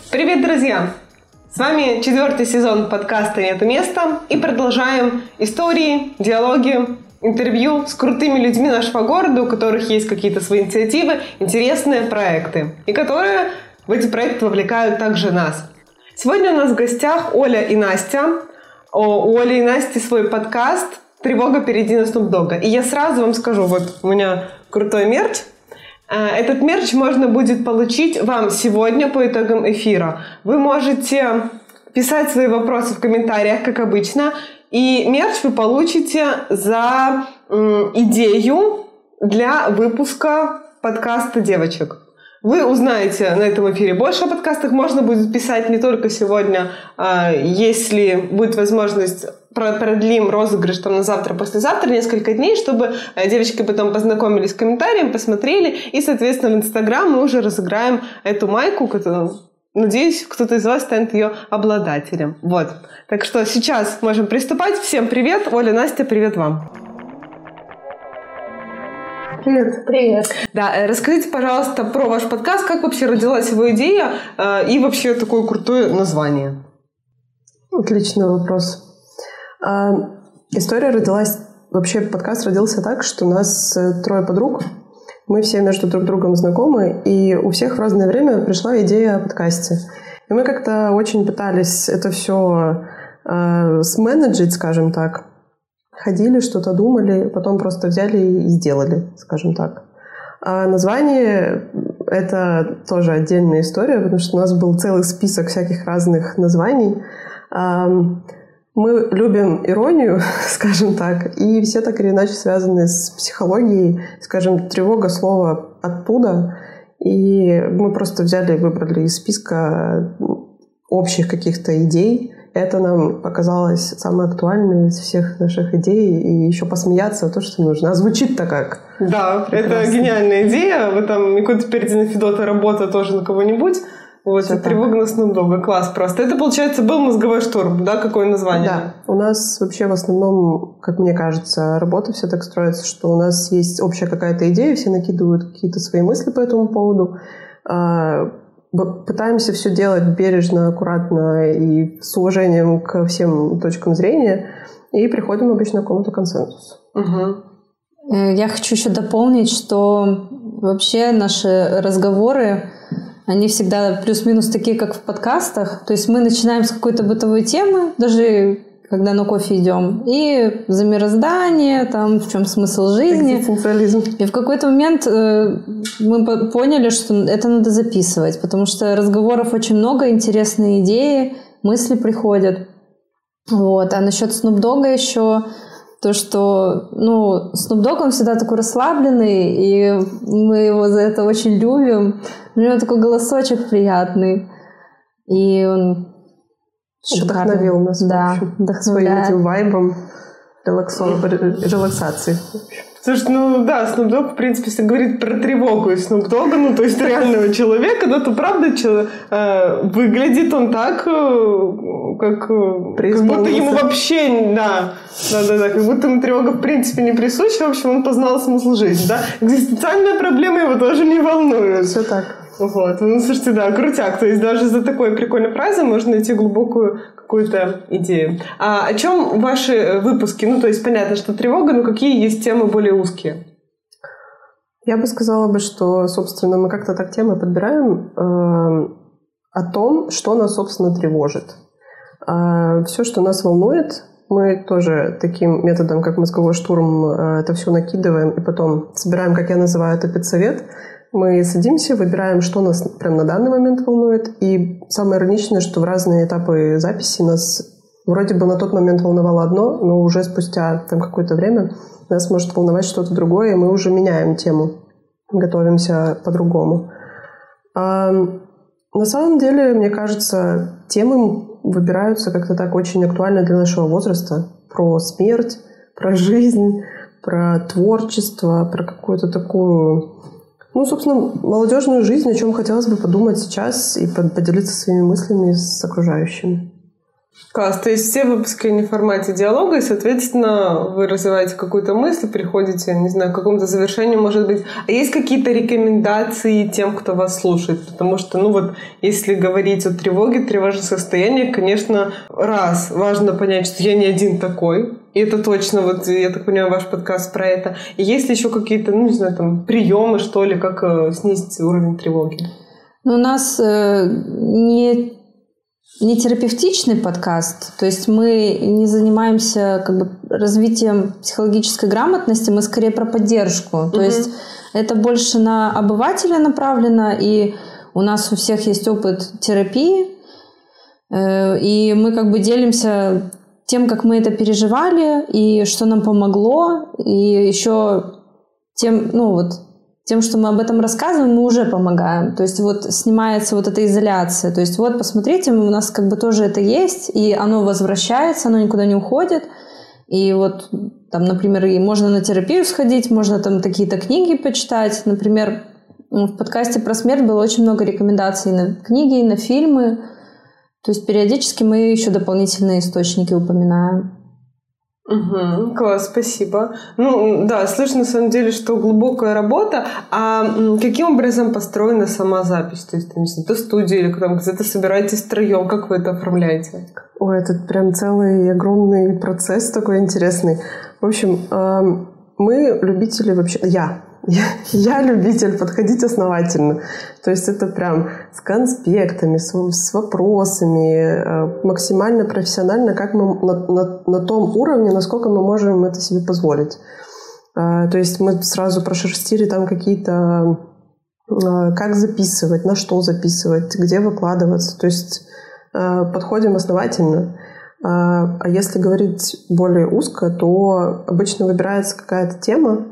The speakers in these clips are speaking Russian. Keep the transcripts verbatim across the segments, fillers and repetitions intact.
Привет, друзья! С вами четвертый сезон подкаста «Нету места» и продолжаем истории, диалоги, интервью с крутыми людьми нашего города, у которых есть какие-то свои инициативы, интересные проекты, и которые в эти проекты вовлекают также нас. Сегодня у нас в гостях Оля и Настя. У Оли и Насти свой подкаст «Тревога впереди на Snoop Dogg». И я сразу вам скажу, вот у меня крутой мерч. Этот мерч можно будет получить вам сегодня по итогам эфира. Вы можете писать свои вопросы в комментариях, как обычно, и мерч вы получите за м, идею для выпуска подкаста девочек. Вы узнаете на этом эфире больше о подкастах. Можно будет писать не только сегодня, если будет возможность, продлим розыгрыш там на завтра, послезавтра, несколько дней, чтобы девочки потом познакомились с комментарием, посмотрели, и, соответственно, в Инстаграм мы уже разыграем эту майку, которую, надеюсь, кто-то из вас станет ее обладателем. Вот. Так что сейчас можем приступать. Всем привет. Оля, Настя, привет вам. Привет. Привет. Да, расскажите, пожалуйста, про ваш подкаст, как вообще родилась его идея э, и вообще такое крутое название. Отличный вопрос. А, история родилась, вообще подкаст родился так, что у нас трое подруг, мы все между друг другом знакомы, и у всех в разное время пришла идея о подкасте. И мы как-то очень пытались это все э, сменеджить, скажем так. Ходили, что-то думали, потом просто взяли и сделали, скажем так. А название — это тоже отдельная история, потому что у нас был целый список всяких разных названий. Мы любим иронию, скажем так, и все так или иначе связаны с психологией. Скажем, тревога — слово оттуда. И мы просто взяли и выбрали из списка общих каких-то идей. Это нам показалось самой актуальной из всех наших идей. И еще посмеяться — то, что нужно. А звучит-то как? Да, прекрасно. Это гениальная идея. Вы там не какой-то впереди на Федота работа тоже на кого-нибудь. Вот, тревога на Snoop Dogg. Класс просто. Это, получается, был мозговой штурм, да? Какое название? Да. У нас вообще в основном, как мне кажется, работа все так строится, что у нас есть общая какая-то идея, все накидывают какие-то свои мысли по этому поводу. Пытаемся все делать бережно, аккуратно и с уважением ко всем точкам зрения, и приходим обычно к какому-то консенсусу. Угу. Я хочу еще дополнить, что вообще наши разговоры, они всегда плюс-минус такие, как в подкастах. То есть мы начинаем с какой-то бытовой темы, даже когда на кофе идем, и за мироздание, там, в чем смысл жизни. Экзистенциализм. И в какой-то момент э, мы поняли, что это надо записывать, потому что разговоров очень много, интересные идеи, мысли приходят. Вот. А насчет Snoop Dogg еще то, что, ну, Snoop Dogg, он всегда такой расслабленный, и мы его за это очень любим. У него такой голосочек приятный, и он шикарный. Вдохновил нас, да, своим этим вайбом релаксации. Слушай, ну да, Snoop Dogg, в принципе, если говорить про тревогу из Snoop Dogg, ну то есть реального человека, да, то правда че, э, выглядит он так, э, как, как будто ему вообще, да, да, да, да, как будто ему тревога в принципе не присуща, в общем, он познал смысл жизни, да. Экзистенциальная проблема его тоже не волнует. Все так. Вот, ну, слушайте, да, крутяк. То есть даже за такой прикольной фразой можно найти глубокую какую-то идею. А о чем ваши выпуски? Ну, то есть понятно, что тревога, но какие есть темы более узкие? Я бы сказала бы, что, собственно, мы как-то так темы подбираем э, о том, что нас, собственно, тревожит. Э, все, что нас волнует, мы тоже таким методом, как мозговой штурм, э, это все накидываем и потом собираем, как я называю это, педсовет. Мы садимся, выбираем, что нас прямо на данный момент волнует. И самое ироничное, что в разные этапы записи нас вроде бы на тот момент волновало одно, но уже спустя там какое-то время нас может волновать что-то другое, и мы уже меняем тему, готовимся по-другому. А на самом деле, мне кажется, темы выбираются как-то так очень актуально для нашего возраста. Про смерть, про жизнь, про творчество, про какую-то такую... Ну, собственно, молодежную жизнь, о чем хотелось бы подумать сейчас и поделиться своими мыслями с окружающими. Класс, то есть все выпуски не в формате диалога, и, соответственно, вы развиваете какую-то мысль, приходите, не знаю, к какому-то завершению, может быть. А есть какие-то рекомендации тем, кто вас слушает? Потому что, ну вот, если говорить о тревоге, тревожных состояниях, конечно, раз, важно понять, что я не один такой, и это точно, вот, я так понимаю, ваш подкаст про это. И есть ли еще какие-то, ну, не знаю, там, приемы, что ли, как э, снизить уровень тревоги? Ну, у нас э, не... не терапевтичный подкаст, то есть мы не занимаемся как бы развитием психологической грамотности, мы скорее про поддержку. Mm-hmm. То есть это больше на обывателя направлено, и у нас у всех есть опыт терапии, и мы как бы делимся тем, как мы это переживали, и что нам помогло, и еще тем, ну вот, тем, что мы об этом рассказываем, мы уже помогаем. То есть вот снимается вот эта изоляция. То есть вот, посмотрите, у нас как бы тоже это есть, и оно возвращается, оно никуда не уходит. И вот там, например, и можно на терапию сходить, можно там какие-то книги почитать. Например, в подкасте про смерть было очень много рекомендаций на книги, на фильмы. То есть периодически мы еще дополнительные источники упоминаем. Угу, класс, спасибо. Ну, да, слышно на самом деле, что глубокая работа. А каким образом построена сама запись? То есть, не знаю, это студия или там где-то собираетесь втроем? Как вы это оформляете? Ой, это прям целый огромный процесс такой интересный. В общем, мы любители вообще... Я. Я, я любитель подходить основательно. То есть это прям с конспектами, с, с вопросами, максимально профессионально, как мы на, на, на том уровне, насколько мы можем это себе позволить. То есть мы сразу прошерстили там какие-то... Как записывать, на что записывать, где выкладываться. То есть подходим основательно. А если говорить более узко, то обычно выбирается какая-то тема.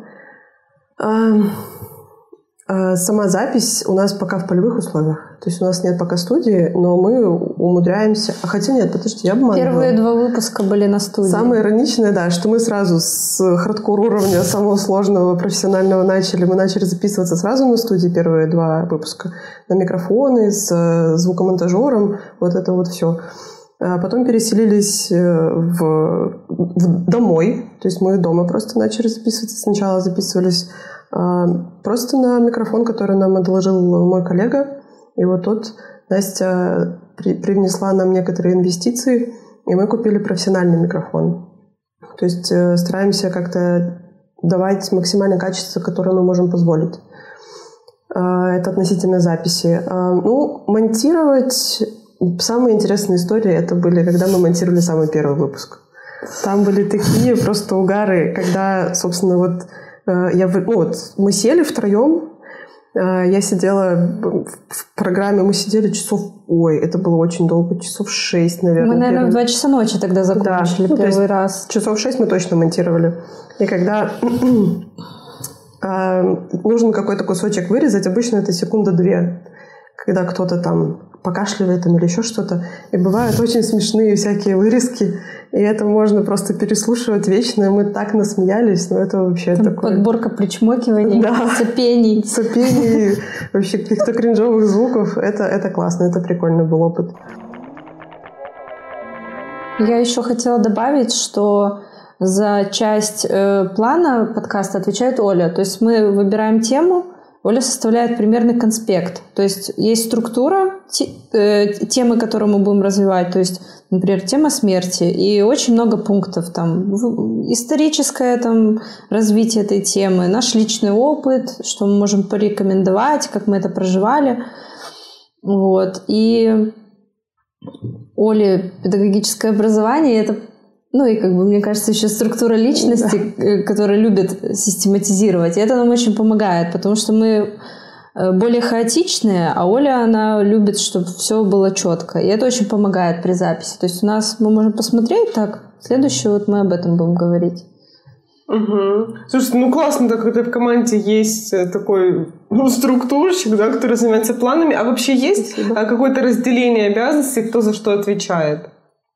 Сама запись у нас пока в полевых условиях. То есть у нас нет пока студии, но мы умудряемся... А хотя нет, подожди, я обманываю. Первые два выпуска были на студии. Самое ироничное, да, что мы сразу с хардкор уровня самого сложного профессионального начали. Мы начали записываться сразу на студии первые два выпуска. На микрофоны, с звукомонтажером, вот это вот все. А потом переселились в, в домой. То есть мы дома просто начали записываться. Сначала записывались а, просто на микрофон, который нам одолжил мой коллега. И вот тут Настя при, привнесла нам некоторые инвестиции, и мы купили профессиональный микрофон. То есть э, стараемся как-то давать максимальное качество, которое мы можем позволить. А, это относительно записи. А, ну, монтировать... Самые интересные истории это были, когда мы монтировали самый первый выпуск. Там были такие просто угары, когда, собственно, вот, э, я, ну, вот мы сели втроем, э, я сидела в программе, мы сидели часов, ой, это было очень долго, часов шесть, наверное. Мы, наверное, в два часа ночи тогда закончили, да, ну, первый раз. Часов шесть мы точно монтировали. И когда э, нужен какой-то кусочек вырезать, обычно это секунда-две, когда кто-то там покашливает там, или еще что-то. И бывают очень смешные всякие вырезки, и это можно просто переслушивать вечно. И мы так насмеялись, но это вообще там такое... Подборка причмокиваний, да. сопений. Сопений, вообще каких-то кринжовых звуков. Это, это классно, это прикольный был опыт. Я еще хотела добавить, что за часть э, плана подкаста отвечает Оля. То есть мы выбираем тему, Оля составляет примерный конспект. То есть есть структура те, э, темы, которую мы будем развивать. То есть, например, тема смерти. И очень много пунктов. Там, историческое там, развитие этой темы, наш личный опыт, что мы можем порекомендовать, как мы это проживали. Вот. И Оле педагогическое образование — это, ну и, как бы, мне кажется, еще структура личности, да, которая любит систематизировать. И это нам очень помогает, потому что мы более хаотичные, а Оля, она любит, чтобы все было четко. И это очень помогает при записи. То есть у нас мы можем посмотреть так, следующее вот мы об этом будем говорить. Угу. Слушайте, ну классно, да, когда в команде есть такой, ну, структурщик, да, который занимается планами. А вообще есть Спасибо. какое-то разделение обязанностей, кто за что отвечает?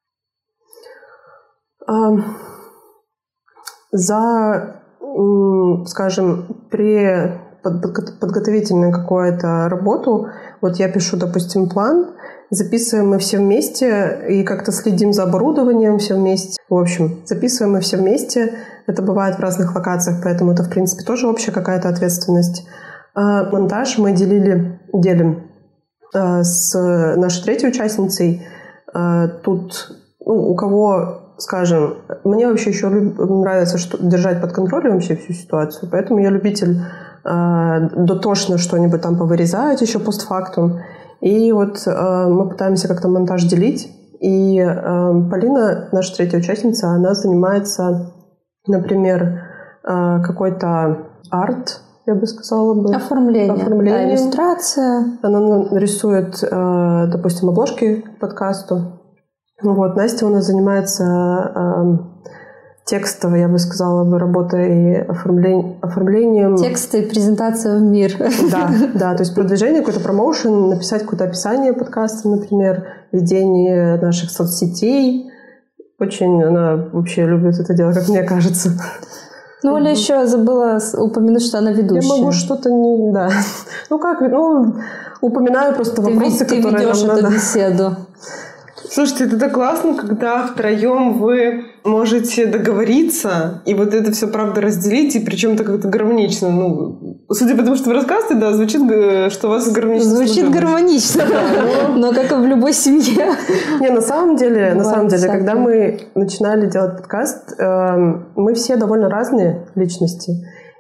За, скажем, при подготовительную какую-то работу, вот я пишу, допустим, план, Записываем мы все вместе и как-то следим за оборудованием все вместе. В общем, записываем мы все вместе. Это бывает в разных локациях, поэтому это, в принципе, тоже общая какая-то ответственность. А монтаж мы делили, делим а, с нашей третьей участницей. А, тут ну, у кого, скажем, мне вообще еще люб... нравится что... держать под контролем вообще всю ситуацию, поэтому я любитель а, дотошно что-нибудь там повырезать еще постфактум. И вот а, мы пытаемся как-то монтаж делить. И а, Полина, наша третья участница, она занимается, например, а, какой-то арт, я бы сказала бы. Оформление. Оформление. Да, иллюстрация. Она рисует, допустим, обложки к подкасту. Вот. Настя у нас занимается текстовой, я бы сказала, бы, работой оформлением. оформлением. Тексты и презентация в мир. Да, да, то есть продвижение, какой-то промоушен, написать какое-то описание подкаста, например, ведение наших соцсетей. Очень она вообще любит это дело, как мне кажется. Ну, Оля еще забыла упомянуть, что она ведущая. Я могу что-то не... Да. Ну, как... Ну, упоминаю просто ты вопросы, ты которые ведешь нам эту надо. беседу. Слушайте, это так классно, когда втроем вы можете договориться и вот это все, правда, разделить, и причем это как-то гармонично. Ну, судя по тому, что вы рассказываете, да, звучит, что у вас гармонично. Звучит гармонично, но как и в любой семье. Не, на самом деле, на самом деле, когда мы начинали делать подкаст, мы все довольно разные личности.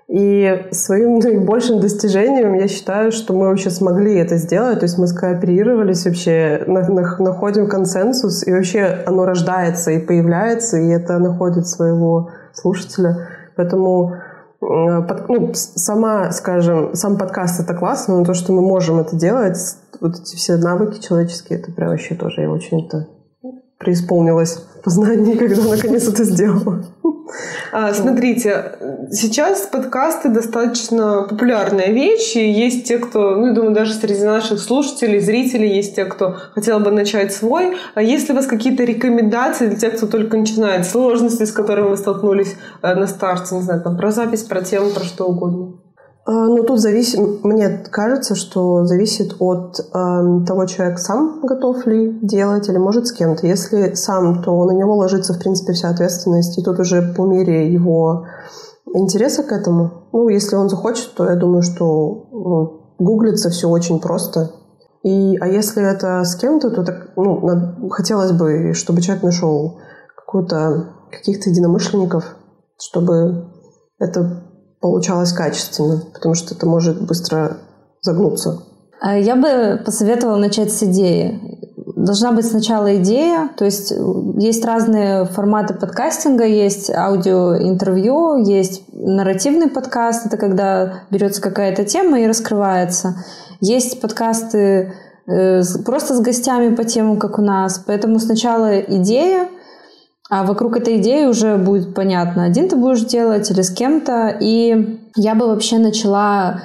И своим наибольшим достижением я считаю, что мы вообще смогли это сделать. То есть мы скооперировались вообще, находим консенсус, и вообще оно рождается и появляется, и это находит своего слушателя. Поэтому ну, сама, скажем, сам подкаст — это классно, но то, что мы можем это делать, вот эти все навыки человеческие, это прям вообще тоже я очень это преисполнилась в познании, когда наконец это сделала. А, смотрите, сейчас подкасты достаточно популярная вещь, и есть те, кто, ну, я думаю, даже среди наших слушателей, зрителей есть те, кто хотел бы начать свой. А есть ли у вас какие-то рекомендации для тех, кто только начинает, сложности, с которыми вы столкнулись на старте, не знаю, там, про запись, про тему, про что угодно? Ну, тут зависит, мне кажется, что зависит от э, того, человек сам готов ли делать или может с кем-то. Если сам, то на него ложится, в принципе, вся ответственность, и тут уже по мере его интереса к этому. Ну, если он захочет, то я думаю, что ну, гуглится все очень просто. И, а если это с кем-то, то так, ну, надо, хотелось бы, чтобы человек нашел какую-то, каких-то единомышленников, чтобы это получалось качественно, потому что это может быстро загнуться. Я бы посоветовала начать с идеи. Должна быть сначала идея, то есть есть разные форматы подкастинга, есть аудиоинтервью, есть нарративный подкаст, это когда берется какая-то тема и раскрывается. Есть подкасты просто с гостями по темам, как у нас, поэтому сначала идея, а вокруг этой идеи уже будет понятно, один ты будешь делать или с кем-то. И я бы вообще начала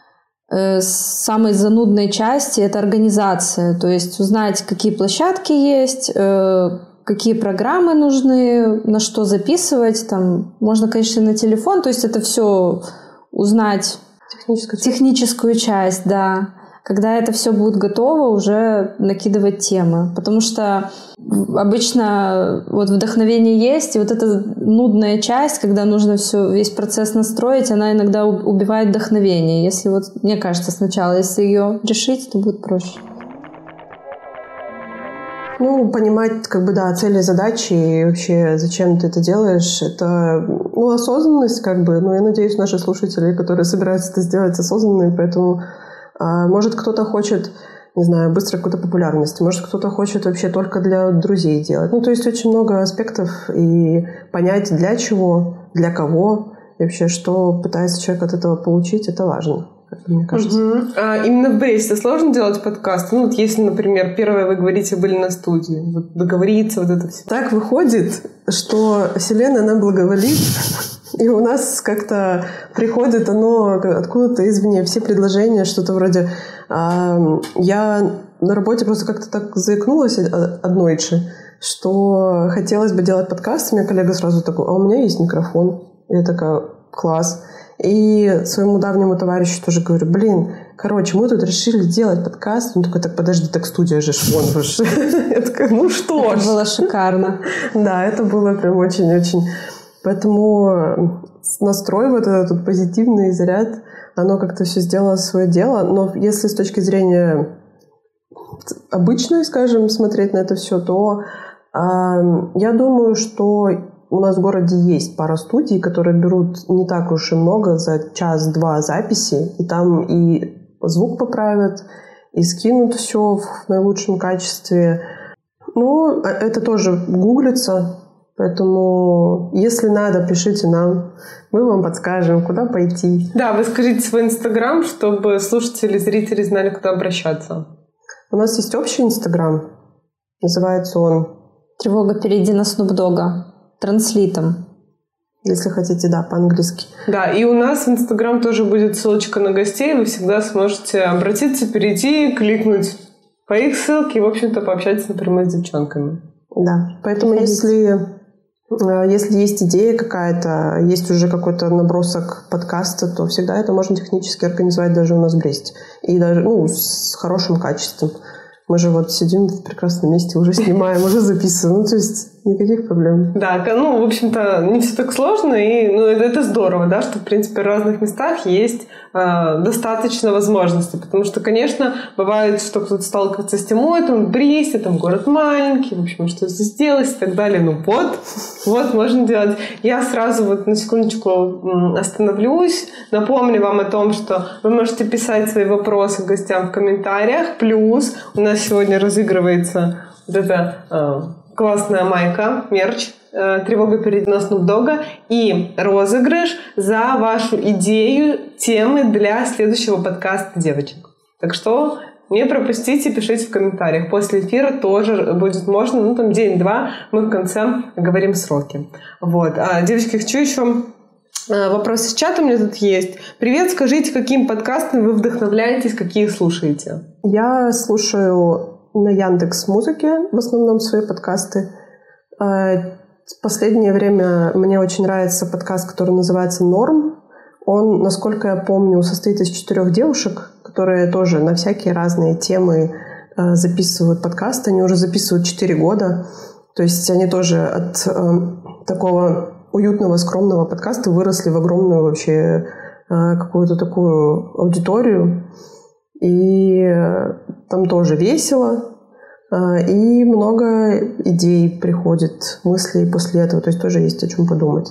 э, с самой занудной части, это организация. То есть узнать, какие площадки есть, э, какие программы нужны, на что записывать. Там, можно, конечно, на телефон. То есть это все узнать. Техническую часть. Техническую часть, да. Когда это все будет готово, уже накидывать темы. Потому что обычно вот вдохновение есть, и вот эта нудная часть, когда нужно все, весь процесс настроить, она иногда убивает вдохновение. Если вот, мне кажется, сначала, если ее решить, то будет проще. Ну, понимать, как бы, да, цели, задачи и вообще, зачем ты это делаешь, это, ну, осознанность, как бы. Ну, я надеюсь, наши слушатели, которые собираются это сделать, осознанные, поэтому а, может, кто-то хочет, не знаю, быстро какой-то популярности, может, кто-то хочет вообще только для друзей делать. Ну, то есть очень много аспектов, и понять, для чего, для кого, и вообще, что пытается человек от этого получить, это важно. Мне кажется. Угу. А именно в Бресте сложно делать подкаст? Ну, вот если, например, первое, вы говорите, были на студии, вот договориться, вот это все. Так выходит, что Вселенная нам благоволит, и у нас как-то приходит оно откуда-то извне, все предложения, что-то вроде... А, я на работе просто как-то так заикнулась одной же, что хотелось бы делать подкаст, и у меня коллега сразу такой: а у меня есть микрофон. И я такая: класс. И своему давнему товарищу тоже говорю: блин, короче, мы тут решили делать подкаст. Он такой, так подожди, так студия же вон. Я такая, ну что ж. Это было шикарно. Да, это было прям очень-очень. Поэтому настрой вот этот позитивный заряд, оно как-то все сделало свое дело. Но если с точки зрения обычной, скажем, смотреть на это все, то э, я думаю, что у нас в городе есть пара студий, которые берут не так уж и много за час-два записи, и там и звук поправят, и скинут все в наилучшем качестве. Ну, это тоже гуглится, поэтому если надо, пишите нам, мы вам подскажем, куда пойти. Да, вы скажите свой инстаграм, чтобы слушатели, зрители знали, куда обращаться. У нас есть общий инстаграм, называется он «Тревога, перейди на Snoop Dogg». Транслитом. Если хотите, да, по-английски. Да, и у нас в Инстаграм тоже будет ссылочка на гостей. Вы всегда сможете обратиться, перейти, кликнуть по их ссылке и, в общем-то, пообщаться напрямую с девчонками. Да, поэтому если, если есть идея какая-то, есть уже какой-то набросок подкаста, то всегда это можно технически организовать даже у нас в Бресте. И даже, ну, с хорошим качеством. Мы же вот сидим в прекрасном месте, уже снимаем, уже записываем. Ну, то есть никаких проблем. Да, ну, в общем-то, не все так сложно, и ну, это, это здорово, да, что, в принципе, в разных местах есть э, достаточно возможностей, потому что, конечно, бывает, что кто-то сталкивается с тем, ой, там, в Бресте, там, город маленький, в общем, что здесь делать и так далее. Ну, вот, вот, можно делать. Я сразу вот на секундочку остановлюсь, напомню вам о том, что вы можете писать свои вопросы гостям в комментариях, плюс у нас сегодня разыгрывается вот эта э, классная майка, мерч, э, «Тревога перед на Snoop Dogg» и розыгрыш за вашу идею темы для следующего подкаста девочек. Так что не пропустите, пишите в комментариях. После эфира тоже будет можно, ну там день-два, мы в конце говорим сроки. Вот. А, девочки, хочу еще... Вопрос из чата у меня тут есть. Привет, скажите, каким подкастом вы вдохновляетесь, какие слушаете? Я слушаю на Яндекс.Музыке в основном свои подкасты. В последнее время мне очень нравится подкаст, который называется «Норм». Он, насколько я помню, состоит из четырех девушек, которые тоже на всякие разные темы записывают подкасты. Они уже записывают четыре года. То есть они тоже от такого... уютного, скромного подкаста выросли в огромную вообще э, какую-то такую аудиторию. И э, там тоже весело. Э, и много идей приходит, мыслей после этого. То есть тоже есть о чем подумать.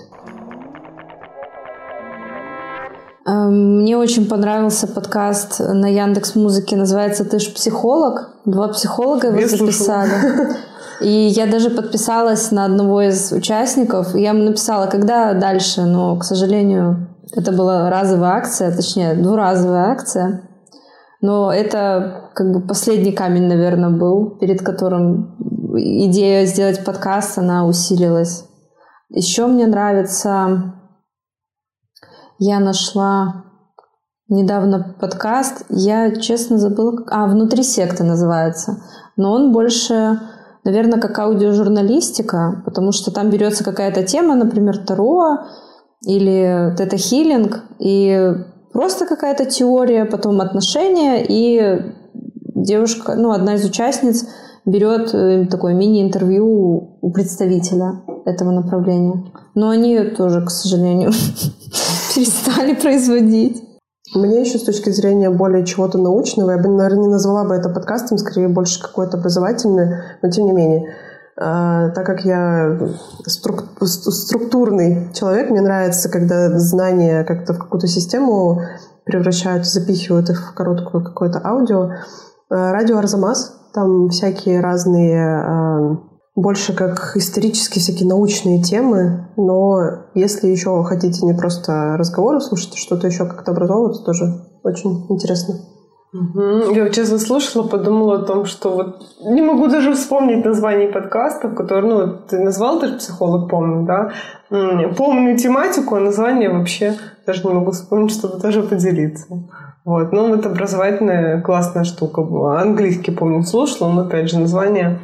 Мне очень понравился подкаст на Яндекс.Музыке. Называется «Ты ж психолог». Два психолога его записали. И я даже подписалась на одного из участников. Я ему написала, когда дальше, но, к сожалению, это была разовая акция, точнее, двуразовая акция. Но это как бы последний камень, наверное, был, перед которым идея сделать подкаст, она усилилась. Еще мне нравится... Я нашла недавно подкаст, я, честно, забыла... Как... А, «Внутри секты» называется. Но он больше... Наверное, как аудиожурналистика, потому что там берется какая-то тема, например, Таро или тета-хилинг, и просто какая-то теория, потом отношения, и девушка, ну, одна из участниц берет такое мини-интервью у представителя этого направления. Но они тоже, к сожалению, перестали производить. Мне еще с точки зрения более чего-то научного, я бы, наверное, не назвала бы это подкастом, скорее больше какой-то образовательный, но тем не менее. А, так как я струк- структурный человек, мне нравится, когда знания как-то в какую-то систему превращают, запихивают их в короткое какое-то аудио. А, радио «Арзамас», там всякие разные... А, больше как исторические всякие научные темы, но если еще хотите не просто разговоры слушать, что-то еще как-то образовываться, тоже очень интересно. Угу. Я вот честно слушала, подумала о том, что вот не могу даже вспомнить название подкастов, которые, ну, ты назвал, ты же психолог, помню, да? Помню тематику, а название вообще даже не могу вспомнить, чтобы даже поделиться. Вот. Ну, вот образовательная классная штука была. Английский, помню, слушала, но, опять же, название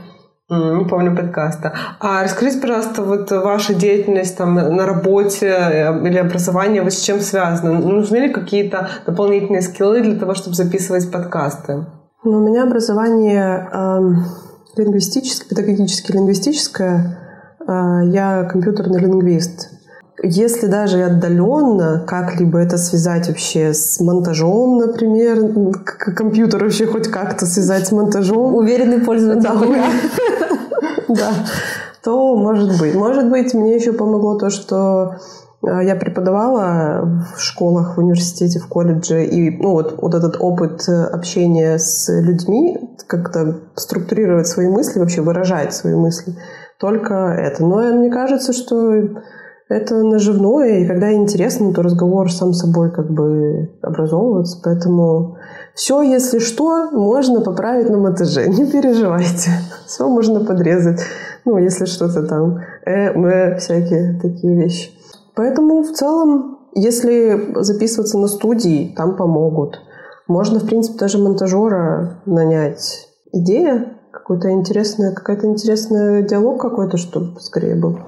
Не помню подкаста. А расскажите, пожалуйста, вот ваша деятельность там на работе или образование, вот с чем связано? Нужны ли какие-то дополнительные скиллы для того, чтобы записывать подкасты? Ну, у меня образование э, лингвистическое, педагогически лингвистическое. Э, я компьютерный лингвист. Если даже и отдаленно как-либо это связать вообще с монтажом, например, компьютер вообще хоть как-то связать с монтажом. Уверенный пользователь. Да, да, то может быть. Может быть, мне еще помогло то, что я преподавала в школах, в университете, в колледже, и ну, вот, вот этот опыт общения с людьми, как-то структурировать свои мысли, вообще выражать свои мысли, только это. Но мне кажется, что это наживное, и когда интересно, то разговор сам собой как бы образовывается. Поэтому все, если что, можно поправить на монтаже. Не переживайте. Все можно подрезать. Ну, если что-то там. Э, э, всякие такие вещи. Поэтому в целом, если записываться на студии, там помогут. Можно, в принципе, даже монтажера нанять. Идея какой-то интересная, какая-то интересная диалог какой-то, чтобы скорее был.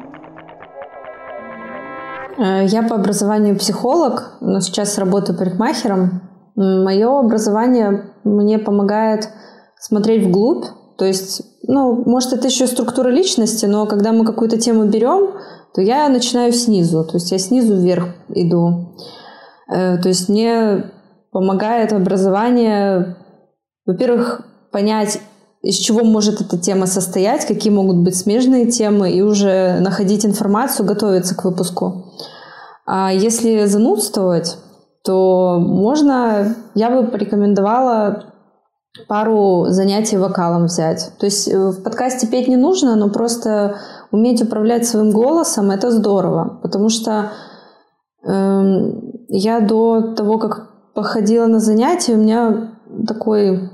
Я по образованию психолог, но сейчас работаю парикмахером. Мое образование мне помогает смотреть вглубь. То есть, ну, может, это еще структура личности, но когда мы какую-то тему берем, то я начинаю снизу. То есть я снизу вверх иду. То есть мне помогает образование, во-первых, понять, из чего может эта тема состоять, какие могут быть смежные темы, и уже находить информацию, готовиться к выпуску. А если занудствовать, то можно, я бы порекомендовала пару занятий вокалом взять. То есть в подкасте петь не нужно, но просто уметь управлять своим голосом — это здорово. Потому что э, я до того, как походила на занятия, у меня такой...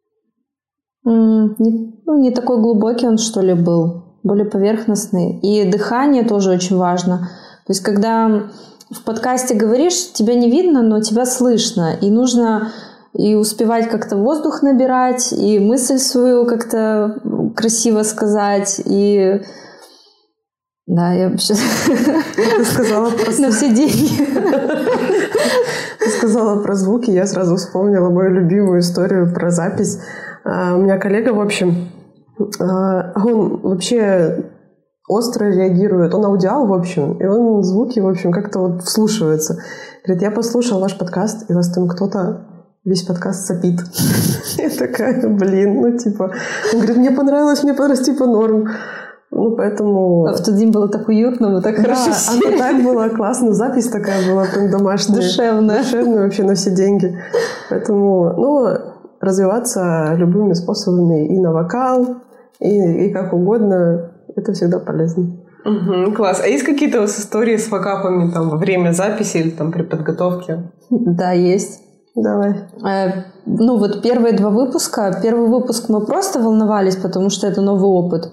Не, ну, не такой глубокий он, что ли, был, более поверхностный. И дыхание тоже очень важно. То есть, когда в подкасте говоришь, тебя не видно, но тебя слышно. И нужно и успевать как-то воздух набирать, и мысль свою как-то красиво сказать, и... Да, я вообще... Ты сказала про... На все деньги. Ты сказала про звуки, я сразу вспомнила мою любимую историю про запись. Uh, у меня коллега, в общем, uh, он вообще остро реагирует. Он аудиал, в общем, и он звуки, в общем, как-то вот вслушивается. Говорит, я послушал ваш подкаст, и у вас там кто-то весь подкаст сопит. Я такая, блин, ну типа... Он говорит, мне понравилось, мне понравилось, типа норм. Ну, поэтому... А в тот день было так уютно, мы так да, хорошо сели. Оно так было классно, запись такая была прям домашняя. Душевная. Душевная вообще на все деньги. Поэтому, ну... развиваться любыми способами и на вокал, и, и как угодно. Это всегда полезно. Угу, класс. А есть какие-то у вас истории с факапами там, во время записи или там, при подготовке? Да, есть. Давай. Э, ну вот первые два выпуска. Первый выпуск мы просто волновались, потому что это новый опыт.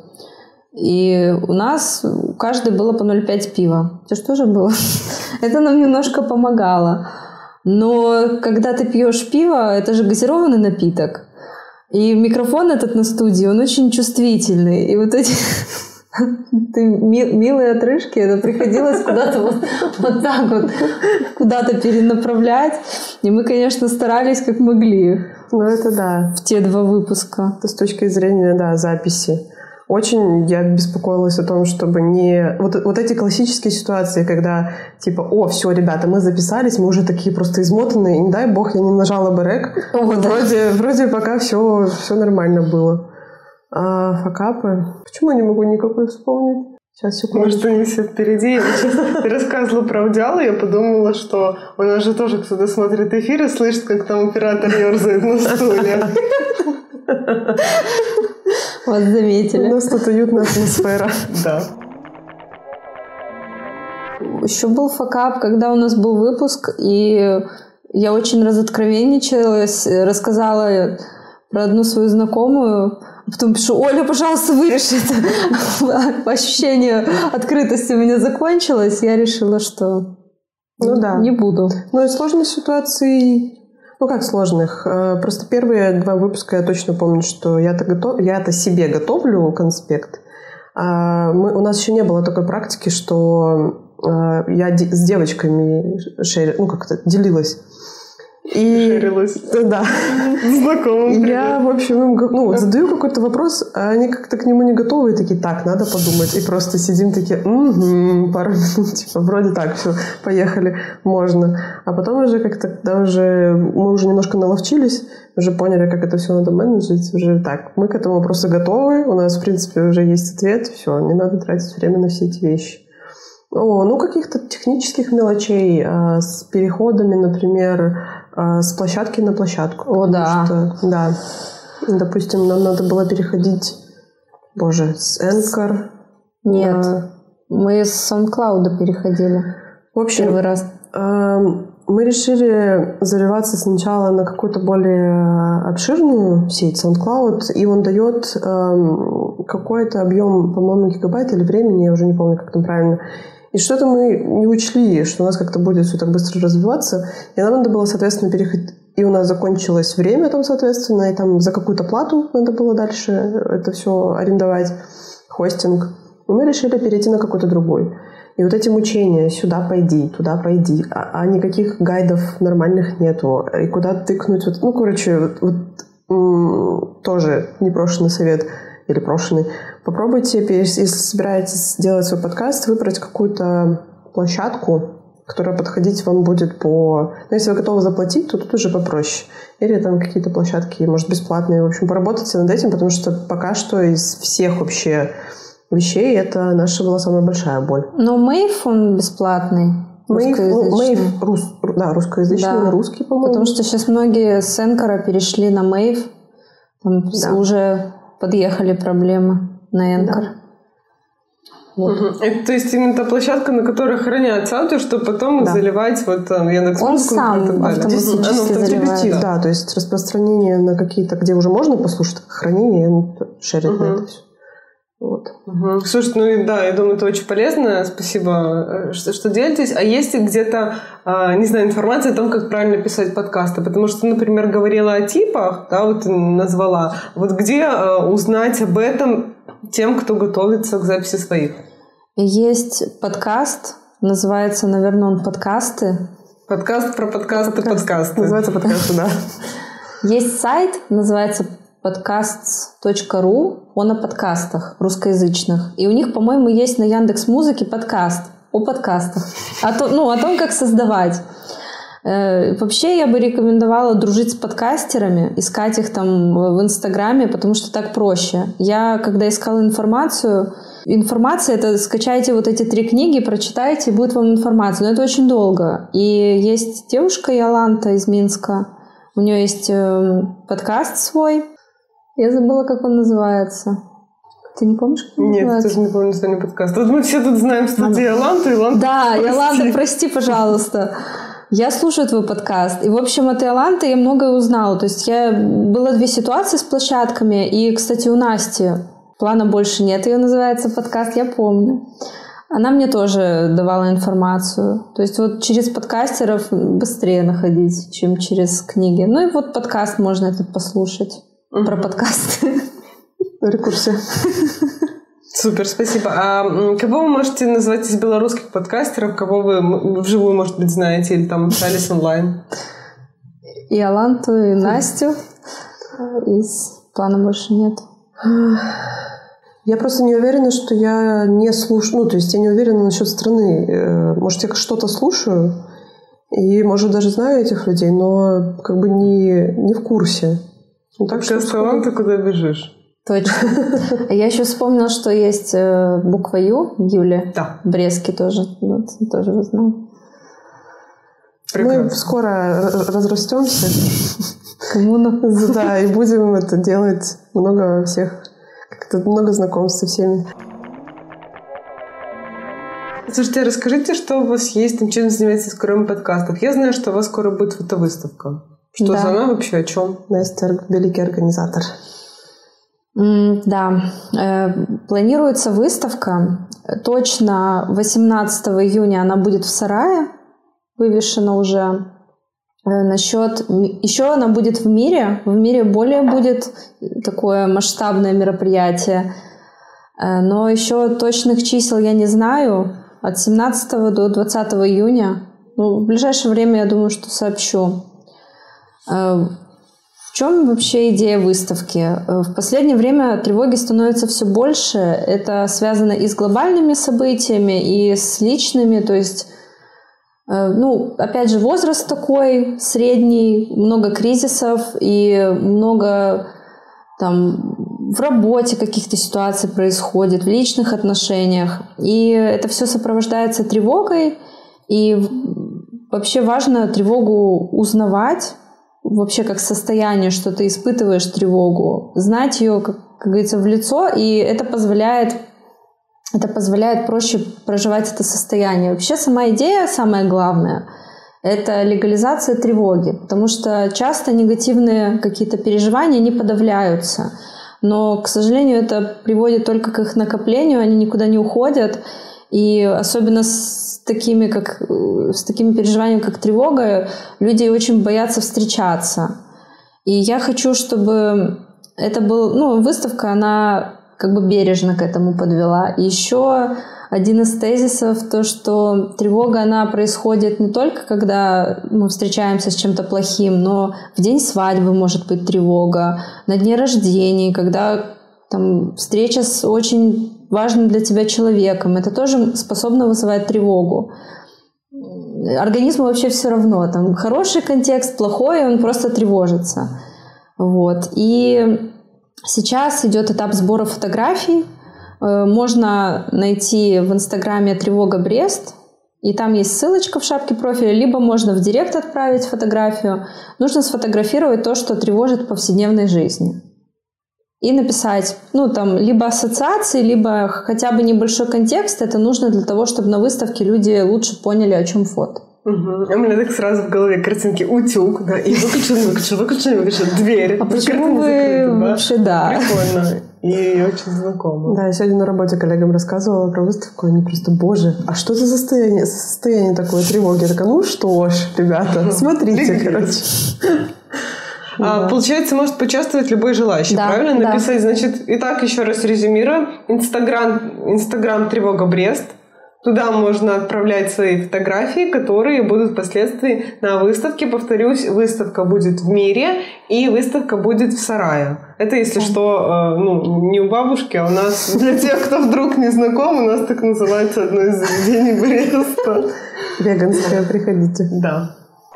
И у нас у каждой было по ноль пять пива. Это что же было? Это нам немножко помогало. Но когда ты пьешь пиво, это же газированный напиток. И микрофон этот на студии, он очень чувствительный. И вот эти ты, ми, милые отрыжки, это приходилось куда-то вот, вот так вот, куда-то перенаправлять. И мы, конечно, старались как могли. Ну, это да. В те два выпуска. Это с точки зрения, да, записи. Очень я беспокоилась о том, чтобы не... Вот, вот эти классические ситуации, когда типа, о, все, ребята, мы записались, мы уже такие просто измотанные, и не дай бог, я не нажала бы рек. О, вот да. вроде, вроде пока все, все нормально было. А факапы... Почему я не могу никакой вспомнить? Сейчас, секунду. Может, они все впереди. Я сейчас рассказывала про аудиалы, я подумала, что у нас же тоже кто-то смотрит эфир и слышит, как там оператор ерзает на стуле. Вас заметили. У нас тут уютная атмосфера. Да. Еще был факап, когда у нас был выпуск, и я очень разоткровенничалась, рассказала про одну свою знакомую, а потом пишу, Оля, пожалуйста, вырежь это. Ощущение открытости у меня закончилось, я решила, что ну, да. не буду. Ну и сложной ситуации... Ну, как сложных? Просто первые два выпуска я точно помню, что я-то, готов... я-то себе готовлю конспект. А мы... У нас еще не было такой практики, что я с девочками шер... ну, как-то делилась. И... Шерилась. Да. Знакомым. Я, в общем, им ну, вот задаю какой-то вопрос, а они как-то к нему не готовы, и такие, так, надо подумать. И просто сидим такие, угу, пару минут, типа, вроде так, все, поехали, можно. А потом уже как-то, когда уже мы уже немножко наловчились, уже поняли, как это все надо менеджить, уже так, мы к этому просто готовы, у нас, в принципе, уже есть ответ, все, не надо тратить время на все эти вещи. О, ну, каких-то технических мелочей, а, с переходами, например, а, с площадки на площадку. О, да. Что, да. Допустим, нам надо было переходить, боже, с Anchor. Нет, а, мы с SoundCloud переходили. В общем, первый раз. А, мы решили заливаться сначала на какую-то более обширную сеть SoundCloud, и он дает а, какой-то объем, по-моему, гигабайт или времени, я уже не помню, как там правильно. И что-то мы не учли, что у нас как-то будет все так быстро развиваться. И нам надо было, соответственно, переходить. И у нас закончилось время там, соответственно, и там за какую-то плату надо было дальше это все арендовать, хостинг. И мы решили перейти на какой-то другой. И вот эти мучения, сюда пойди, туда пойди, а, а никаких гайдов нормальных нету. И куда тыкнуть. Вот, ну, короче, вот, вот м- тоже непрошенный совет. Или брошенный. Попробуйте, если собираетесь делать свой подкаст, выбрать какую-то площадку, которая подходить вам будет по... Ну, если вы готовы заплатить, то тут уже попроще. Или там какие-то площадки, может, бесплатные. В общем, поработайте над этим, потому что пока что из всех вообще вещей это наша была самая большая боль. Но Мэйв, он бесплатный. Мэйв, ну, Мэйв рус, да, русскоязычный, да, на русский, по-моему. Потому что сейчас многие с Anchor перешли на Мэйв. Там да. уже... подъехали проблемы на Anchor. Да. Вот. Угу. Это, то есть именно та площадка, на которой хранятся аудио, чтобы потом да. заливать вот там Яндекс.Музыку. Он сам автоматически заливает. Да, то есть распространение на какие-то, где уже можно послушать, хранение, шерить угу. на это все. Вот. Угу. Слушай, ну да, я думаю, это очень полезно. Спасибо, что, что делитесь. А есть ли где-то, не знаю, информация о том, как правильно писать подкасты? Потому что, например, говорила о типах, да, вот назвала. Вот где узнать об этом тем, кто готовится к записи своих? Есть подкаст, называется, наверное, он «Подкасты». Подкаст про подкасты, подкаст. подкасты. Называется подкасты, да. Есть сайт, называется подкастс точка ру, он о подкастах русскоязычных. И у них, по-моему, есть на Яндекс.Музыке подкаст о подкастах. О, то, ну, о том, как создавать. Э, вообще, я бы рекомендовала дружить с подкастерами, искать их там в Инстаграме, потому что так проще. Я, когда искала информацию... Информация — это скачайте вот эти три книги, прочитайте, и будет вам информация. Но это очень долго. И есть девушка Йоланта из Минска. У нее есть э, подкаст свой. Я забыла, как он называется. Ты не помнишь, как он Нет, называется? Нет, тоже не помню название подкаста. Вот мы все тут знаем студию Йоланту. Йоланта, да, прости. Йоланта, прости, пожалуйста. Я слушаю твой подкаст. И, в общем, от Йоланты я многое узнала. То есть я... Было две ситуации с площадками. И, кстати, у Насти «Плана больше нет», ее называется подкаст, я помню. Она мне тоже давала информацию. То есть вот через подкастеров быстрее находить, чем через книги. Ну и вот подкаст можно этот послушать. Угу. Про подкасты. Рекурсия. Супер, спасибо. А кого вы можете назвать из белорусских подкастеров, кого вы вживую, может быть, знаете, или там общались онлайн? И Йоланту, и Настю. Из «Плана больше нет». Я просто не уверена, что я не слушаю... Ну, то есть я не уверена насчет страны. Может, я что-то слушаю, и, может, даже знаю этих людей, но как бы не, не в курсе. Ну, так что сказала, ты куда бежишь? Точно. Я еще вспомнила, что есть буква Ю, Юля. Да. Брестки тоже. Вот, тоже вы знаете. Мы скоро разрастемся. Коммуна. Да, и будем это делать много всех... Как-то много знакомств со всеми. Слушайте, расскажите, что у вас есть, там, чем занимаетесь в скором подкастах. Я знаю, что у вас скоро будет фотовыставка. Что да. за она вообще, о чем? Настя великий организатор. Mm, да. Э, планируется выставка. Точно восемнадцатого июня она будет в сарае. Вывешена уже. Насчет... Еще она будет в мире. В мире более будет такое масштабное мероприятие. Но еще точных чисел я не знаю. От семнадцатого до двадцатого июня. Ну, в ближайшее время, я думаю, что сообщу. В чем вообще идея выставки? В последнее время тревоги становится все больше. Это связано и с глобальными событиями, и с личными. То есть, ну, опять же, возраст такой средний, много кризисов и много там в работе каких-то ситуаций происходит, в личных отношениях. И это все сопровождается тревогой. И вообще важно тревогу узнавать, вообще как состояние, что ты испытываешь тревогу, знать ее, как, как говорится, в лицо, и это позволяет, это позволяет проще проживать это состояние. Вообще сама идея, самое главное, это легализация тревоги, потому что часто негативные какие-то переживания не подавляются, но, к сожалению, это приводит только к их накоплению, они никуда не уходят, и особенно с такими, как, с такими переживаниями, как тревога, люди очень боятся встречаться. И я хочу, чтобы это был, ну, выставка, она как бы бережно к этому подвела. И еще один из тезисов, то, что тревога, она происходит не только, когда мы встречаемся с чем-то плохим, но в день свадьбы может быть тревога, на дне рождения, когда там встреча с очень важным для тебя человеком. Это тоже способно вызывать тревогу. Организму вообще все равно. Там хороший контекст, плохой, он просто тревожится. Вот. И сейчас идет этап сбора фотографий. Можно найти в Инстаграме «Тревога Брест», и там есть ссылочка в шапке профиля, либо можно в директ отправить фотографию. Нужно сфотографировать то, что тревожит в повседневной жизни. И написать, ну, там, либо ассоциации, либо хотя бы небольшой контекст. Это нужно для того, чтобы на выставке люди лучше поняли, о чем фото. Угу. А у меня так сразу в голове картинки утюг, да, и выключил, выключил, выключил, выключил, дверь. А почему вы закрыты, да? Вообще, да. Прикольно. И очень знакомо. Да, я сегодня на работе коллегам рассказывала про выставку, они просто, боже, а что это за состояние, состояние такое тревоги? Я такая, ну что ж, ребята, смотрите, короче. А, да. Получается, может поучаствовать любой желающий, да, правильно? Да. Написать, значит, итак, еще раз резюмируем. Инстаграм, Инстаграм «Тревога Брест». Туда можно отправлять свои фотографии, которые будут впоследствии на выставке. Повторюсь, выставка будет в мире, и выставка будет в сарае. Это, если что, ну, не у бабушки, а у нас, для тех, кто вдруг не знаком, у нас так называется одно из заведений Бреста. Веганское, приходите. Да.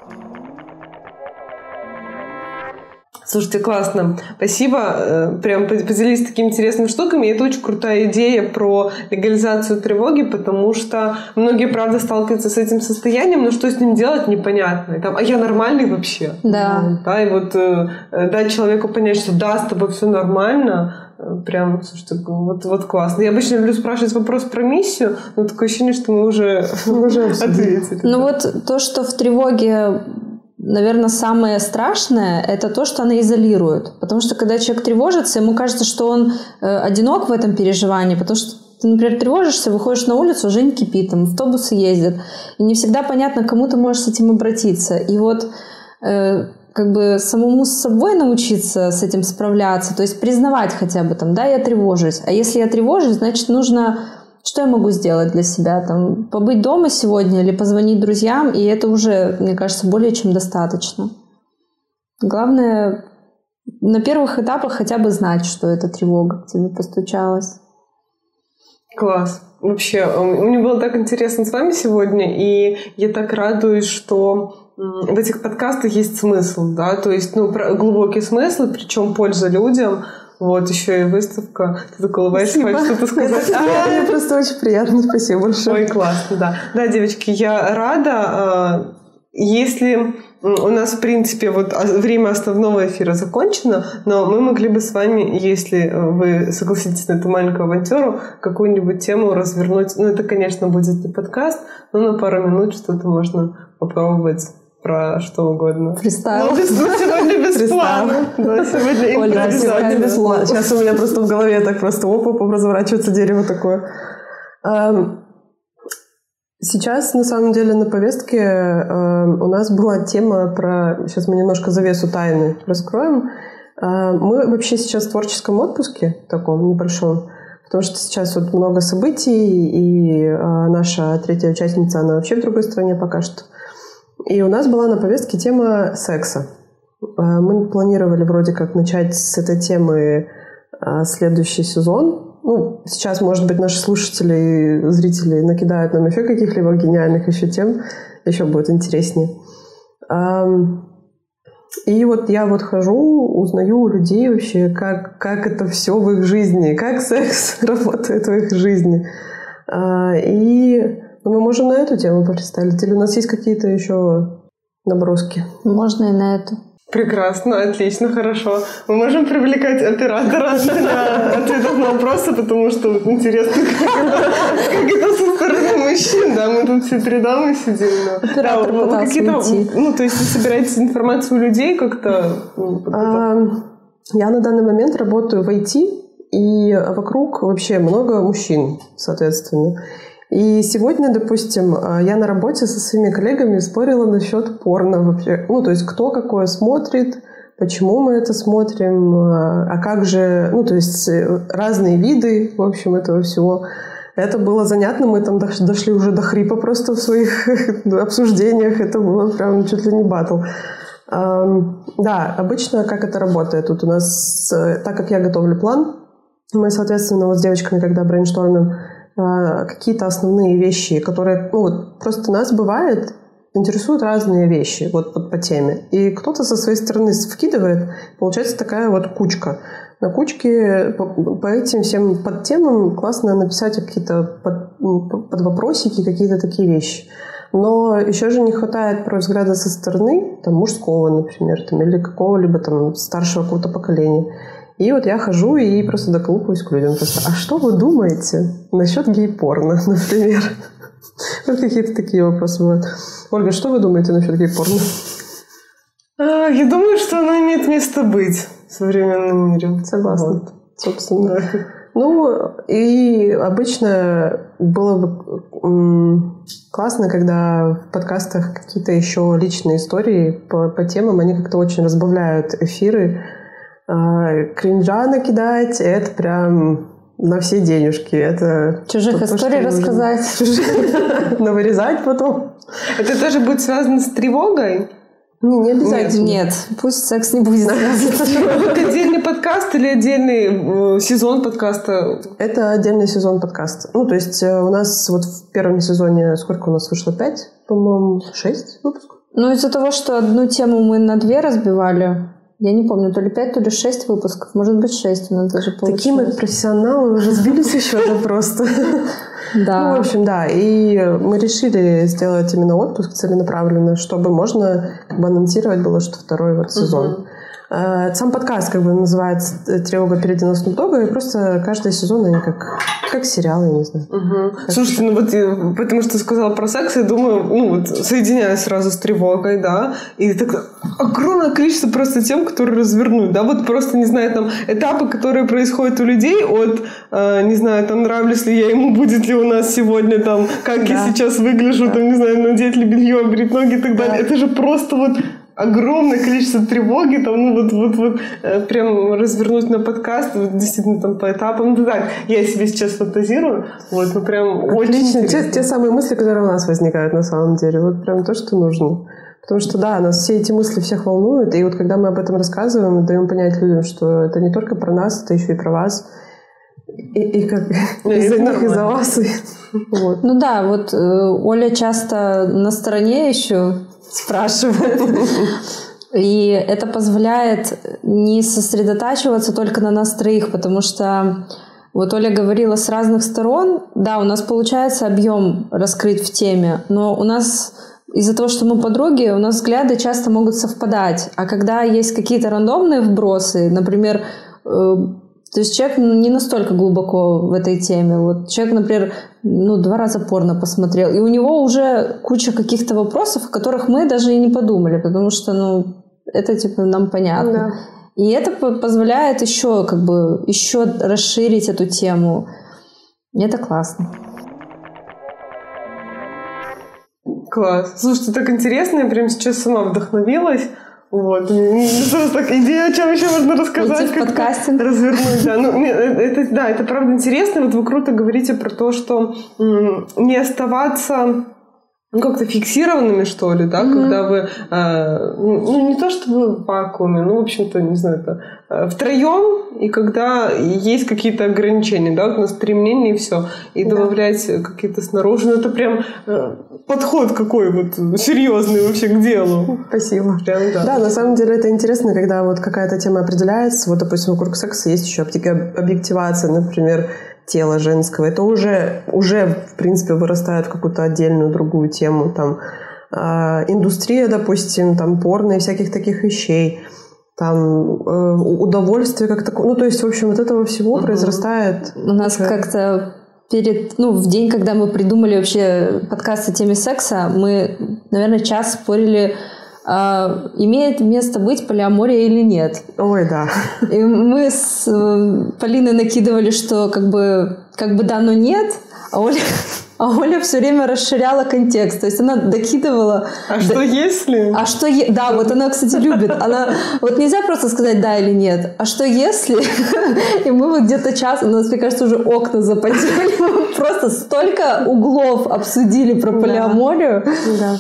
Слушайте, классно. Спасибо. Прям поделились такими интересными штуками. И это очень крутая идея про легализацию тревоги, потому что многие, правда, сталкиваются с этим состоянием, но что с ним делать, непонятно. И там, а я нормальный вообще? Да. Да, и вот э, дать человеку понять, что да, с тобой все нормально, прям, слушайте, вот, вот классно. Я обычно люблю спрашивать вопрос про миссию, но такое ощущение, что мы уже, уже ответили. Ну вот то, что в тревоге, наверное, самое страшное, это то, что она изолирует. Потому что когда человек тревожится, ему кажется, что он э, одинок в этом переживании, потому что ты, например, тревожишься, выходишь на улицу, жизнь кипит, там автобусы ездят, и не всегда понятно, к кому ты можешь с этим обратиться. И вот э, как бы самому с собой научиться с этим справляться, то есть признавать хотя бы, там, да, я тревожусь. А если я тревожусь, значит, нужно... Что я могу сделать для себя? Там, побыть дома сегодня или позвонить друзьям, и это уже, мне кажется, более чем достаточно. Главное, на первых этапах хотя бы знать, что это тревога к тебе постучалась. Класс. Вообще, мне было так интересно с вами сегодня, и я так радуюсь, что в этих подкастах есть смысл, да, то есть, ну, глубокий смысл, причем польза людям. Вот, еще и выставка. Ты так улыбаешься, хочешь что-то сказать? А, мне просто очень приятно. Спасибо большое. Ой, классно, да. Да, девочки, я рада. Если у нас, в принципе, вот время основного эфира закончено, но мы могли бы с вами, если вы согласитесь на эту маленькую авантюру, какую-нибудь тему развернуть. Ну, это, конечно, будет не подкаст, но на пару минут что-то можно попробовать. Про что угодно. Фристайл. Ну, сегодня без плана. Да, сегодня импровизация без плана. Сейчас у меня просто в голове так просто оп-оп разворачивается дерево такое. Сейчас, на самом деле, на повестке э, у нас была тема про... Сейчас мы немножко завесу тайны раскроем. Э, мы вообще сейчас в творческом отпуске, таком небольшом, потому что сейчас вот много событий, и э, наша третья участница, она вообще в другой стране пока что. И у нас была на повестке тема секса. Э, мы планировали вроде как начать с этой темы э, следующий сезон. Ну, сейчас, может быть, наши слушатели и зрители накидают нам еще каких-либо гениальных еще тем, еще будет интереснее. И вот я вот хожу, узнаю у людей вообще, как, как это все в их жизни, как секс работает в их жизни. И мы можем на эту тему представить. Или у нас есть какие-то еще наброски? Можно и на эту. Прекрасно, отлично, хорошо. Мы можем привлекать оператора для ответов на вопросы, потому что интересно, как это со стороны мужчин. Да, мы тут все три дамы сидим. Оператор пытался уйти. Ну, то есть вы собираете информацию у людей как-то? Я на данный момент работаю в ай ти, и вокруг вообще много мужчин, соответственно. И сегодня, допустим, я на работе со своими коллегами спорила насчет порно вообще. Ну, то есть, кто какое смотрит, почему мы это смотрим, а как же... Ну, то есть, разные виды, в общем, этого всего. Это было занятно, мы там дошли уже до хрипа просто в своих обсуждениях. Это было прям чуть ли не баттл. Да, обычно как это работает? Тут у нас, так как я готовлю план, мы, соответственно, вот с девочками, когда брейнштормим, какие-то основные вещи, которые, ну вот, просто нас бывает, интересуют разные вещи вот, вот по теме. И кто-то со своей стороны вкидывает, получается такая вот кучка. На кучке по, по этим всем подтемам классно написать какие-то под, под вопросики, какие-то такие вещи. Но еще же не хватает про взгляда со стороны, там, мужского, например, там, или какого-либо там старшего какого-то поколения. И вот я хожу и просто доколупываюсь к людям. Просто, а что вы думаете насчет гей-порно, например? Вот какие-то такие вопросы бывают. Ольга, что вы думаете насчет гей-порно? А, я думаю, что оно имеет место быть в современном мире. Согласна. Вот. Собственно. Ну, и обычно было бы м- классно, когда в подкастах какие-то еще личные истории по, по темам, они как-то очень разбавляют эфиры. Кринжа накидать, это прям на все денежки. Это чужих то, историй то, рассказать. Навырезать потом. Это тоже будет связано с тревогой? Не, не обязательно. Нет, нет, пусть секс не будет связан. Это отдельный подкаст или отдельный сезон подкаста? Это отдельный сезон подкаста. Ну, то есть у нас вот в первом сезоне сколько у нас вышло? Пять? По-моему, шесть выпусков? Ну, из-за того, что одну тему мы на две разбивали, я не помню, то ли пять, то ли шесть выпусков. Может быть, шесть у нас даже получилось. Такие мы профессионалы, уже сбились еще просто. Да. Ну, в общем, да. И мы решили сделать именно отпуск целенаправленно, чтобы можно как бы анонсировать было, что второй вот сезон. Сам подкаст как бы называется «Тревога впереди нас Снуп-Дога», и просто каждый сезон они как, как сериалы, я не знаю. Угу. Слушайте, ну вот я, потому что ты сказала про секс, я думаю, ну вот соединяюсь сразу с тревогой, да, и так огромное количество просто тем, которые развернуть, да, вот просто, не знаю, там этапы, которые происходят у людей от, э, не знаю, там, нравлюсь ли я ему, будет ли у нас сегодня, там, как да. я сейчас выгляжу, да. там, не знаю, надеть ли белье, брить ноги и так далее. Да. Это же просто вот огромное количество тревоги, там, ну, вот, вот, вот, э, прям развернуть на подкаст, вот, действительно, там, по этапам, ну, так, я себе сейчас фантазирую, вот, ну, прям отлично. очень те, те самые мысли, которые у нас возникают, на самом деле, вот, прям то, что нужно. Потому что, да, нас все эти мысли всех волнуют, и вот, когда мы об этом рассказываем, даем понять людям, что это не только про нас, это еще и про вас, и, и как из-за них, из-за вас. И, вот. Ну, да, вот э, Оля часто на стороне еще спрашивает. И это позволяет не сосредотачиваться только на нас троих, потому что вот Оля говорила с разных сторон. Да, у нас получается объем раскрыть в теме, но у нас из-за того, что мы подруги, у нас взгляды часто могут совпадать. А когда есть какие-то рандомные вбросы, например, э, то есть человек не настолько глубоко в этой теме. Вот человек, например, ну, два раза порно посмотрел, и у него уже куча каких-то вопросов, о которых мы даже и не подумали, потому что, ну, это, типа, нам понятно. Да. И это позволяет еще, как бы, еще расширить эту тему. И это классно. Класс. Слушайте, так интересно, я прям сейчас сама вдохновилась. Вот. Просто так идея, о чем еще можно рассказать. Пойти в подкастинг. Развернуть, да. Ну, это, да, это правда интересно. Вот вы круто говорите про то, что м, не оставаться ну, как-то фиксированными, что ли, да, mm-hmm. когда вы, э, ну, не то чтобы в вакууме, ну, в общем-то, не знаю, это э, втроем, и когда есть какие-то ограничения, да, вот на стремление и все, и да. добавлять какие-то снаружи, ну, это прям э, подход какой вот серьезный вообще к делу. Спасибо. Прям, да. Да, на самом деле это интересно, когда вот какая-то тема определяется, вот, допустим, вокруг секса есть еще объективация, например, тела женского, это уже, уже в принципе, вырастает в какую-то отдельную другую тему. Там, э, индустрия, допустим, там, порно и всяких таких вещей, там, э, удовольствие как такое. Ну, то есть, в общем, от этого всего uh-huh. произрастает... У нас уже... как-то перед... Ну, в день, когда мы придумали вообще подкаст о теме секса, мы, наверное, час спорили, Uh, имеет место быть полиамория или нет. Ой, да. И мы с uh, Полиной накидывали, что как бы, как бы да, но нет, а Оля, а Оля все время расширяла контекст. То есть она докидывала... А что да, если? А что е... Да, вот она, кстати, любит. Она... Вот нельзя просто сказать да или нет. А что если? И мы вот где-то час, у нас, мне кажется, уже окна запотели. Мы просто столько углов обсудили про полиаморию. Да.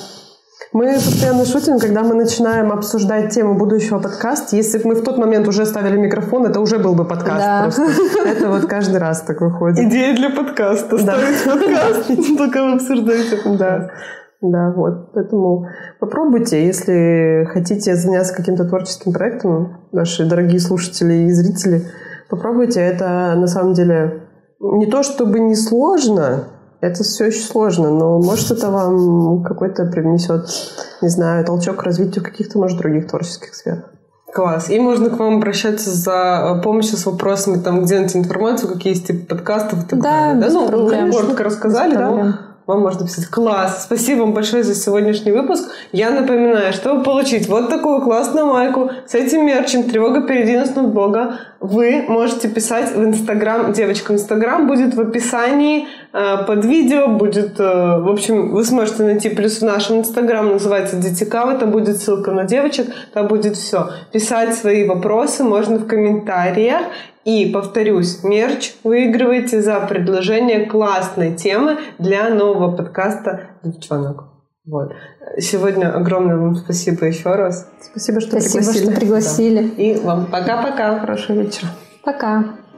Мы постоянно шутим, когда мы начинаем обсуждать тему будущего подкаста. Если бы мы в тот момент уже ставили микрофон, это уже был бы подкаст. Да. Просто. Это вот каждый раз так выходит. Идея для подкаста. Да. Ставить подкаст, пока вы обсуждаете. Да. Да, вот. Поэтому попробуйте, если хотите заняться каким-то творческим проектом, наши дорогие слушатели и зрители, попробуйте. Это на самом деле не то чтобы не сложно, это все очень сложно, но может это вам какой-то привнесет, не знаю, толчок к развитию каких-то, может, других творческих сфер. Класс. И можно к вам обращаться за помощью с вопросами, там, где найти информацию, какие есть типы подкастов и так да, далее. Да, ну, проблем. коротко рассказали, да? Вам можно писать. Класс! Спасибо вам большое за сегодняшний выпуск. Я напоминаю, чтобы получить вот такую классную майку с этим мерчем «Тревога впереди нас ноутбука», вы можете писать в Инстаграм. Девочка, Инстаграм будет в описании э, под видео. Будет, э, в общем, вы сможете найти плюс в нашем Инстаграм, называется Детикава. Там будет ссылка на девочек, там будет все. Писать свои вопросы можно в комментариях. И, повторюсь, мерч выигрываете за предложение классной темы для нового подкаста «Девчонок». Вот. Сегодня огромное вам спасибо еще раз. Спасибо, что спасибо, пригласили. Что пригласили. Да. И вам пока-пока. Хорошего вечера. Пока.